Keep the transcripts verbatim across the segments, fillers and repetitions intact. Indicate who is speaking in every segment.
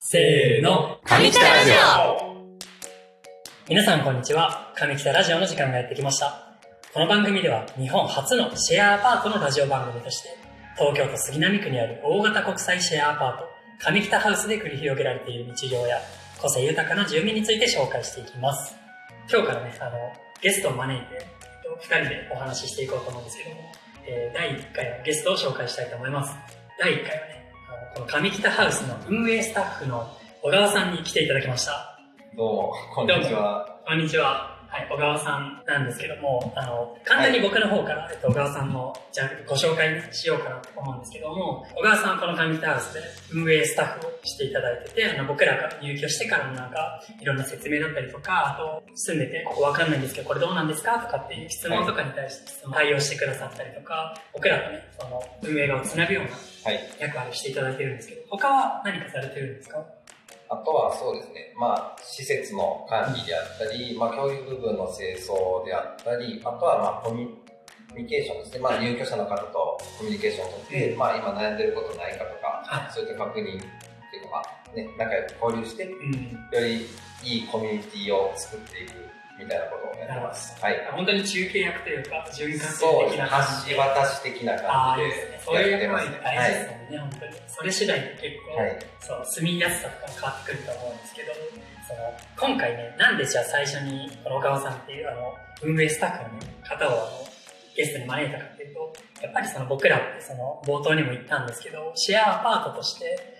Speaker 1: せーの、
Speaker 2: 上北ラジオ。
Speaker 1: 皆さんこんにちは。上北ラジオの時間がやってきました。この番組では日本初のシェアアパートのラジオ番組として、東京都杉並区にある大型国際シェアアパート、上北ハウスで繰り広げられている日常や個性豊かな住民について紹介していきます。今日からね、あの、ゲストを招いて、ふたりでお話ししていこうと思うんですけども、えー、だいいっかいのゲストを紹介したいと思います。だいいっかいはね、この上北ハウスの運営スタッフの小川さんに来ていただきました。
Speaker 2: どうも、こんにちは。
Speaker 1: こんにちは。はい、小川さんなんですけども、あの、簡単に僕の方から、はい、えっと、小川さんの、じゃあご紹介しようかなと思うんですけども、小川さんはこの上北ハウスで運営スタッフをしていただいてて、あの、僕らが入居してからのなんか、いろんな説明だったりとか、あと、住んでて、ここわかんないんですけど、これどうなんですかとかっていう質問とかに対して対応してくださったりとか、僕らとね、その、運営側をつなぐような役割をしていただいてるんですけど、他は何かされてるんですか？
Speaker 2: あとはそうですね、まあ、施設の管理であったり、まあ、教育部分の清掃であったり、あとはまあコミュニケーションですね、まあ、入居者の方とコミュニケーションをとって、うん、まあ、今悩んでることないかとか、はい、そういった確認っていうか、まあね、仲良く交流して、うん、よりいいコミュニティを作っていくみたいなことをやってます。はい。
Speaker 1: 本当に中継役というか、循環的な
Speaker 2: 感じで。橋渡し的な感じで。
Speaker 1: そういう役割大事ですもんね、はい、本当に。それ次第で結構、はい、そう、住みやすさとか変わってくると思うんですけど、その、今回ね、なんでじゃあ最初に、この小川さんっていう、あの、運営スタッフの、ね、方を、あの、ゲストに招いたかっていうと、やっぱりその僕らってその、冒頭にも言ったんですけど、シェアアパートとして、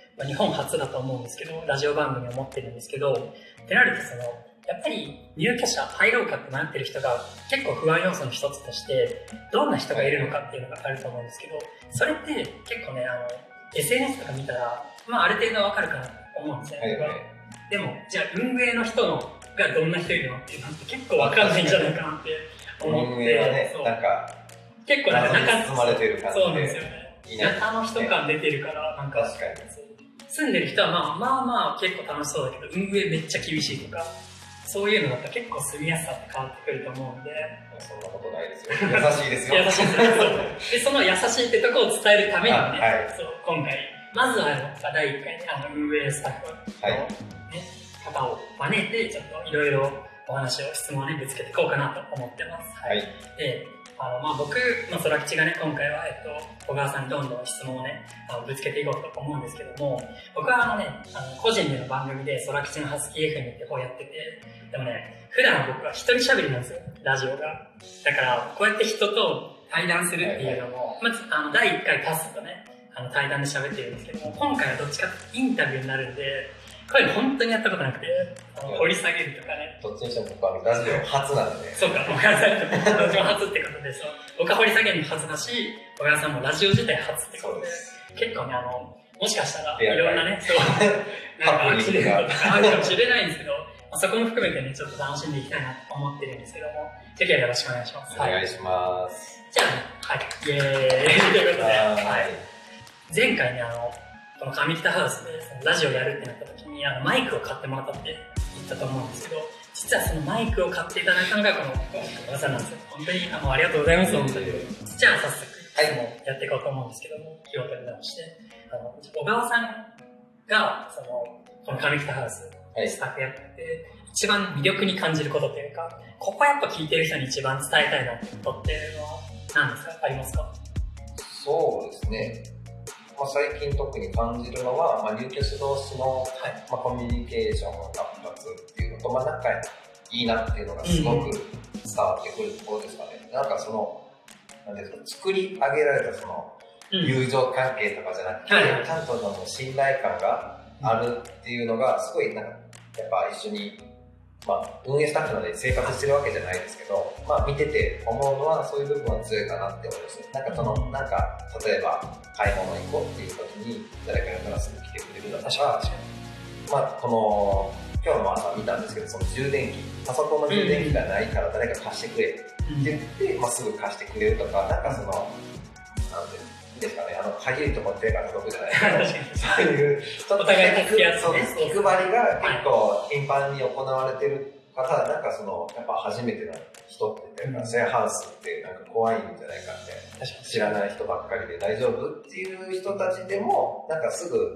Speaker 1: まあ、日本初だと思うんですけど、ラジオ番組を持ってるんですけど、ってなるとその、やっぱり入居者入ろうかってなってる人が結構不安要素の一つとしてどんな人がいるのかっていうのがあると思うんですけど、それって結構ね、あの エスエヌエス とか見たら、まあ、ある程度わかるかなと思うんですよね、はいはい、でもじゃあ運営の人のがどんな人いるのっていうのって結構わかんないんじゃないかなって思って、運営はね、
Speaker 2: そうなんか
Speaker 1: 結構なんか中に
Speaker 2: 包まれてる感じで、
Speaker 1: そうなんですよね、中の人感出てるからなんか
Speaker 2: 確かに
Speaker 1: 住んでる人はまあまあまあ結構楽しそうだけど運営めっちゃ厳しいとか、そういうのだったら結構住みやすさって変わってくると思うんで。
Speaker 2: そんなことないですよ。優しいですよ。
Speaker 1: 優しいですよ。で、その優しいってところを伝えるためにね、はい、そう今回、まずはだいいっかいにあの運営スタッフの、はいね、方を招いて、ちょっといろいろお話を、質問をね、ぶつけていこうかなと思ってます。はい。で、あのまあ、僕、まあ、空吉がね、今回は、えっと、小川さんにどんどん質問をね、あのぶつけていこうと思うんですけども、僕はあのね、あの個人での番組で空吉のハスキー エフエム って方やってて、でもね、普段僕は一人喋りなんですよ、ラジオが。だから、こうやって人と対談するっていうのも、まず、あの、だいいっかいパスとね、あの、対談で喋ってるんですけども、今回はどっちかってインタビューになるんで、これ本当にやったことなくて、あの掘り下げるとかね。
Speaker 2: どっちにしても僕はラジオ初なんで。
Speaker 1: そうか、小川さんとどっちも初ってことで、そう。僕は掘り下げるの初だし、小川さんもラジオ自体初ってことで、結構ね、あの、もしかしたらいろんなね、そう、なんかアクシデントとかあるかもしれないんですけど、そこも含めてね、ちょっと楽しんでいきたいなと思ってるんですけども、ぜひよろしくお願いします。
Speaker 2: お願いします。
Speaker 1: じゃあ、はい、イエーイということで、はい。前回ね、あの、この上北ハウスでラジオやるってなった時に、あの、マイクを買ってもらったって言ったと思うんですけど、実はそのマイクを買っていただいたのがこの小川さんなんですよ。本当にあのありがとうございます、本当に。じゃあ早速、質問やっていこうと思うんですけども、気を取り直して、あの、小川さんが、その、この上北ハウス、スタッフやってて、一番魅力に感じることというか、ここやっぱ聞いてる人に一番伝えたいなってことっていうのは何ですか？ありますか？
Speaker 2: そうですね。まあ、最近特に感じるのは、まあ、入居者同士の、はいまあ、コミュニケーションが活発っていうのと、まあ、仲いいなっていうのがすごく伝わってくるところですかね。うん、なんかその、なんですか、作り上げられたその、友情関係とかじゃなくて、うん、ちゃんとその信頼感があるっていうのが、すごいなんか、やっぱ一緒に、まあ、運営スタッフなので生活してるわけじゃないですけど、まあ見てて思うのはそういう部分は強いかなって思います。なんかその、なんか、例えば買い物行こうっていう時に誰かがクラスに来てくれるだとか、まあこの、今日の朝見たんですけど、その充電器、パソコンの充電器がないから誰か貸してくれって言って、まあすぐ貸してくれるとか、なんかその、なんていうんですかね、あの、かゆいとこ手が届くじゃないですか。そういう、ちょっとお互い助け合ってね。気配りが結構頻繁に行われてる方、なんかその、やっぱ初めての人っていうか、シェアハウスってなんか怖いんじゃないかって、知らない人ばっかりで大丈夫っていう人たちでも、なんかすぐ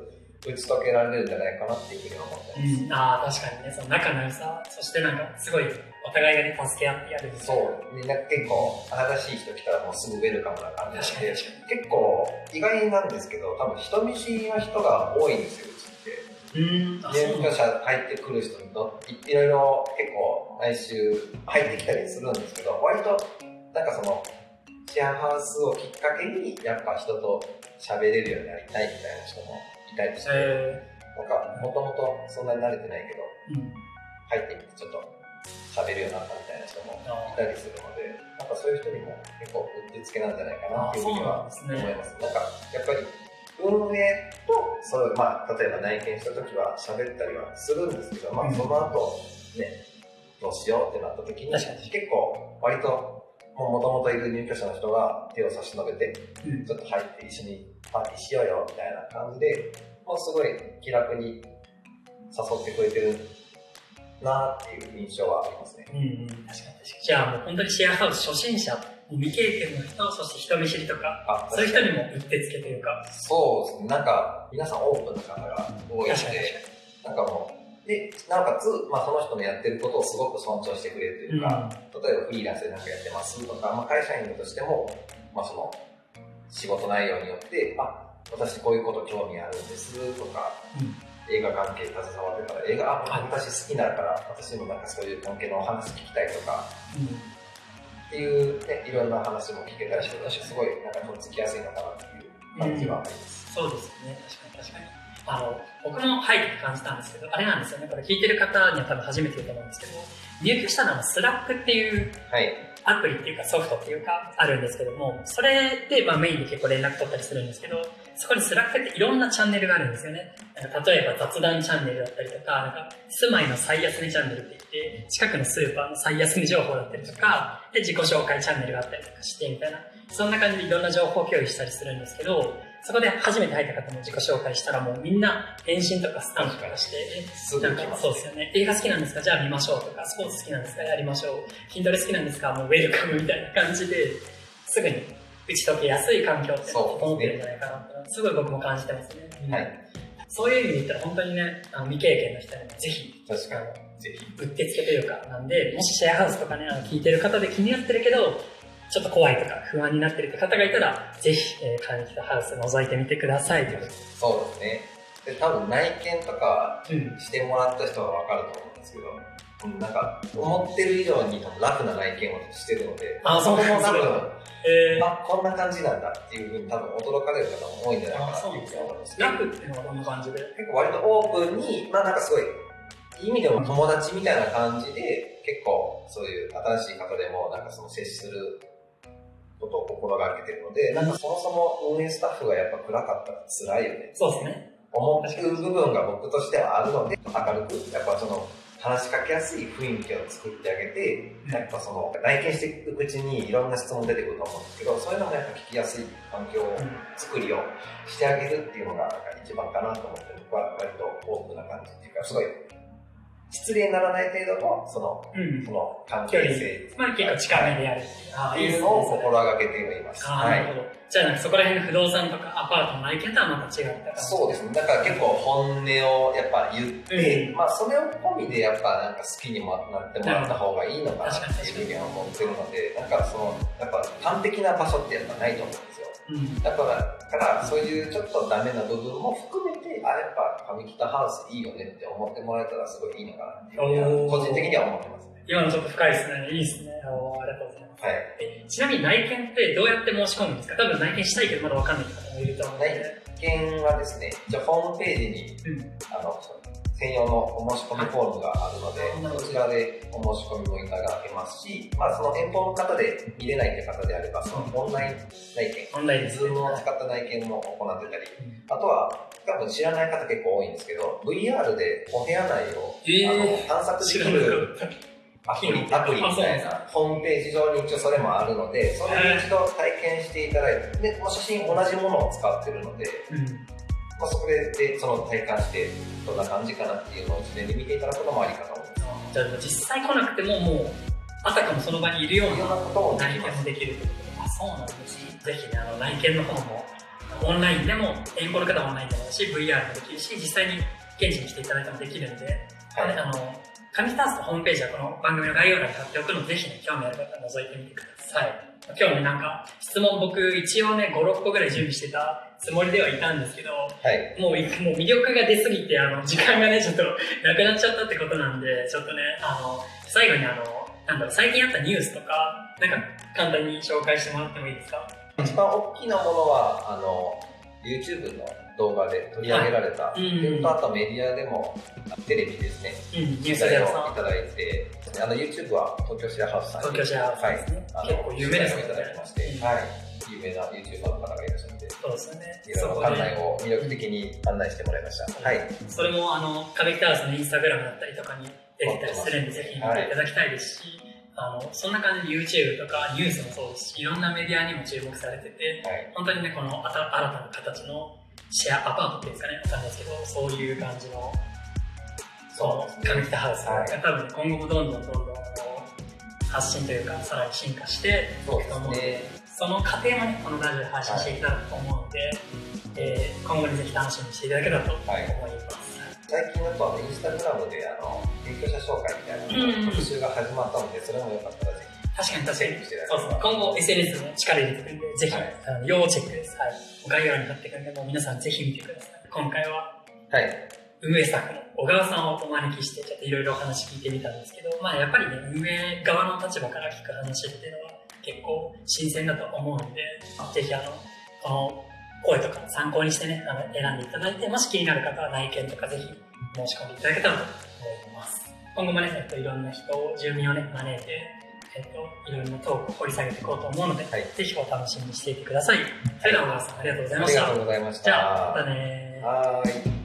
Speaker 2: 打ち解けられるんじゃないかなっていうふうに思ってます。
Speaker 1: うん、ああ、確かにね、その仲の良さ、そしてなんか、すごい、お互いがね、助け合ってやるみたいな。
Speaker 2: そう、みんな結構、新しい人来たらもうすぐウェルカムな感じで、
Speaker 1: 確かに
Speaker 2: 結構、意外なんですけど、多分人見知りの人が多いんですよ、うちって。
Speaker 1: うん、あ、
Speaker 2: 入居者入ってくる人といろいろ結構毎週入ってきたりするんですけど、割となんかそのシェアハウスをきっかけにやっぱ人と喋れるようになりたいみたいな人もいたりして、なんかもともとそんなに慣れてないけど、うん、入ってみてちょっと喋るようになったみたいな人もいたりするので、なんかそういう人にも結構うってつけなんじゃないかなっていうふうには思います。なんかやっぱり運営と、そう、まあ、例えば内見したときは喋ったりはするんですけど、まあ、その後、ね、どうしようってなったときに、結構、割と、もともといる入居者の人が手を差し伸べて、うん、ちょっと入って一緒にパーティーしようよ、みたいな感じで、もうすごい気楽に誘ってくれてるなっていう印象はありますね。
Speaker 1: うん、確かに確かに。じゃあもう本当にシェアハウス初心者、未経験の人、そして人見知りとか、そういう人にもうってつけというか。
Speaker 2: そうですね。なんか、皆さんオープンな方が多いので、なんかもう、で、なおかつ、まあその人のやってることをすごく尊重してくれるというか、うん、例えばフリーランスでなんかやってますとか、まあ会社員としても、まあその、仕事内容によって、あ、私こういうこと興味あるんですとか、うん、映画関係に携わってたら、映画、あ、私好きだから、私もなんかそういう関係のお話聞きたいとか、うんっていうね、いろんな話も聞けたりして、すごいなんかとっつきやすいのかなっていう感じはあります。
Speaker 1: うん、そうですよね、確かに確かに。あの、僕も入って感じたんですけど、あれなんですよね、これ聞いてる方には多分初めて言うと思うんですけど、入居したのはスラックっていうアプリっていうかソフトっていうかあるんですけども、それでまあメインで結構連絡取ったりするんですけど、そこにスラックっていろんなチャンネルがあるんですよね。例えば雑談チャンネルだったりとか、なんか住まいの最安値チャンネルって言って、近くのスーパーの最安値情報だったりとか、で自己紹介チャンネルがあったりとかしてみたいな、そんな感じでいろんな情報共有したりするんですけど、そこで初めて入った方も自己紹介したらもうみんな返信とかスタンプとかして、なんかそうですよね、映画好きなんですか、じゃあ見ましょうとか、スポーツ好きなんですか、やりましょう、筋トレ好きなんですか、もうウェルカムみたいな感じですぐに打ち解けやすい環境って整ってるんじゃないかなって、すごい僕も感じてますね。うん、はい。そういう意味で言ったら本当にね、あの未経験の人にもぜひ、
Speaker 2: 確かにぜひ
Speaker 1: うってつけというか、なんで、もしシェアハウスとかね、あの聞いてる方で気になってるけど、ちょっと怖いとか不安になってるって方がいたら、ぜひ、えー、カーニキタハウス覗いてみてくださいという。
Speaker 2: そうですね。で、多分内見とかしてもらった人はわかると思うんですけど、うん、なんか思ってる以上にラフな内見をしてるので、
Speaker 1: あ、そうなんです
Speaker 2: よ。えー、あ、こんな感じなんだっていうふうに多分驚かれる方も多いんじゃないかなっていうふうに思います。
Speaker 1: ラフっていうのはどんな感じで？
Speaker 2: 結構割とオープンに、まあなんかすごい、いい意味でも友達みたいな感じで、結構そういう新しい方でもなんかその接することを心がけてるので、なんかそもそも運営スタッフがやっぱ暗かったら辛いよね。
Speaker 1: そうですね。
Speaker 2: 思う部分が僕としてはあるので、明るく、やっぱその、話しかけやすい雰囲気を作ってあげて、やっぱその、内見していくうちにいろんな質問出てくると思うんですけど、そういうのもやっぱ聞きやすい環境作りをしてあげるっていうのが一番かなと思って、僕は割とオープンな感じっていうか、すごい、失礼にならない程度の、その、うん、その関係性。
Speaker 1: まあ結構近めでやる
Speaker 2: っていうのを心がけています。
Speaker 1: ああ、なるほど。じゃあなんかそこら辺の不動産とかアパートの内見とはまた違った感じ？
Speaker 2: そうですね。だから結構本音をやっぱ言って、うん、まあそれを込みでやっぱなんか好きにもなってもらった方がいいのかなっていうふうには思ってるので、なんかその、やっぱ完璧な場所ってやっぱないと思うんですよ。うん、だから、からそういうちょっとダメな部分も含めて、あ、やっぱ上北ハウスいいよねって思ってもらえたらすごいいいのかなっていう個人的には思ってますね。
Speaker 1: 今のちょっと深いですね。いいですね。ありがとうございます。はい、えちなみに内見ってどうやって申し込むんですか？多分内見したいけどまだわかんない方もいると思うので。
Speaker 2: 内見はですね、じゃあホームページに、うん、あの専用のお申し込みフォームがあるので、はい、そちらでお申し込みもいただけますし、まあその遠方の方で見れないって方であれば、そのオンライン内見、
Speaker 1: オンライン
Speaker 2: ズームを使った内見も行ってたり、うん、あとは多分知らない方結構多いんですけど、ブイアール でお部屋内を、えー、あの探索できるアプリ、アプリみたいなホームページ上に一応それもあるので、それで一度体験していただいて、で、写真同じものを使ってるので、うん、まあ、そこででその体感してどんな感じかなっていうのを事前に見ていただくのもありかと思います。
Speaker 1: じゃあ実際来なくてももうあたかもその場にいるようなことを内見もできるってことで、あ、そうなんですね。ぜひね、あの内見の方もオンラインでも、遠方の方はオンラインでもいいし、ブイアール もできるし、実際に現地に来ていただいてもできるんで、はい、あの、神北ハウスのホームページはこの番組の概要欄に貼っておくので、ぜひね、興味ある方は覗いてみてください。今日ね、なんか、質問僕、一応ね、ご、ろっこぐらい準備してたつもりではいたんですけど、はい、もう、もう魅力が出すぎて、あの、時間がね、ちょっとなくなっちゃったってことなんで、ちょっとね、あの、最後にあの、なんだろう、最近あったニュースとか、なんか、簡単に紹介してもらってもいいですか？
Speaker 2: 一番大きなものは、あの、YouTube の動画で取り上げられた、はい、うん、あとメディアでも、テレビですね、うん、ニュースでもいただいて、あの YouTube は東京シェアハウスさんに、
Speaker 1: 東京シェアハウスさんですね、はい、結構有名ですね。いただきまして、うん、はい、
Speaker 2: 有名な YouTuber の方がいらっしゃって、
Speaker 1: そうですよね。
Speaker 2: いろいろ館内を魅力的に案内してもらいました。うん、はい。
Speaker 1: それもあの神北ハウスのインスタグラムだったりとかに出てたりするんで、ぜひ見ていただきたいですし、はい、あのそんな感じで YouTube とかニュースもそうですし、いろんなメディアにも注目されてて、はい、本当にねこの新たな形のシェアアパートっていうんですかね、わかんないですけど、そういう感じのそう神北ハウスが、はい、多分今後もどんどんどんどん発信というかさらに進化していくと思うので、その過程もねこのラジオで配信していただくと思うので、はい、えー、今後にぜひ楽しみにしていただけたらと思います。はい、
Speaker 2: 最近だとあのインスタグラムであの入居者紹介みたいな特集が始まったので、それもよかったらぜひ。
Speaker 1: 確かに確かに。そうそう。今後 エスエヌエス も力入れてくるんで、ぜひ、はい、あの要チェックです。はい。概要欄に貼ってくるんで、もう皆さんぜひ見てください。今回は、はい。運営スタッフの小川さんをお招きして、ちょっといろいろお話聞いてみたんですけど、まあやっぱりね、運営側の立場から聞く話っていうのは結構新鮮だと思うんで、ぜひあの、この声とか参考にしてね、あの選んでいただいて、もし気になる方は内見とかぜひ申し込んでいただけたらと思います。今後もね、えっと、いろんな人を、住民をね、招いて、えっと、いろんなトークを掘り下げていこうと思うので、はい、ぜひお楽しみにしていてください。それでは小川さん、ありがとうございました。
Speaker 2: ありがとうございました。
Speaker 1: じゃあ、またねー。
Speaker 2: はーい。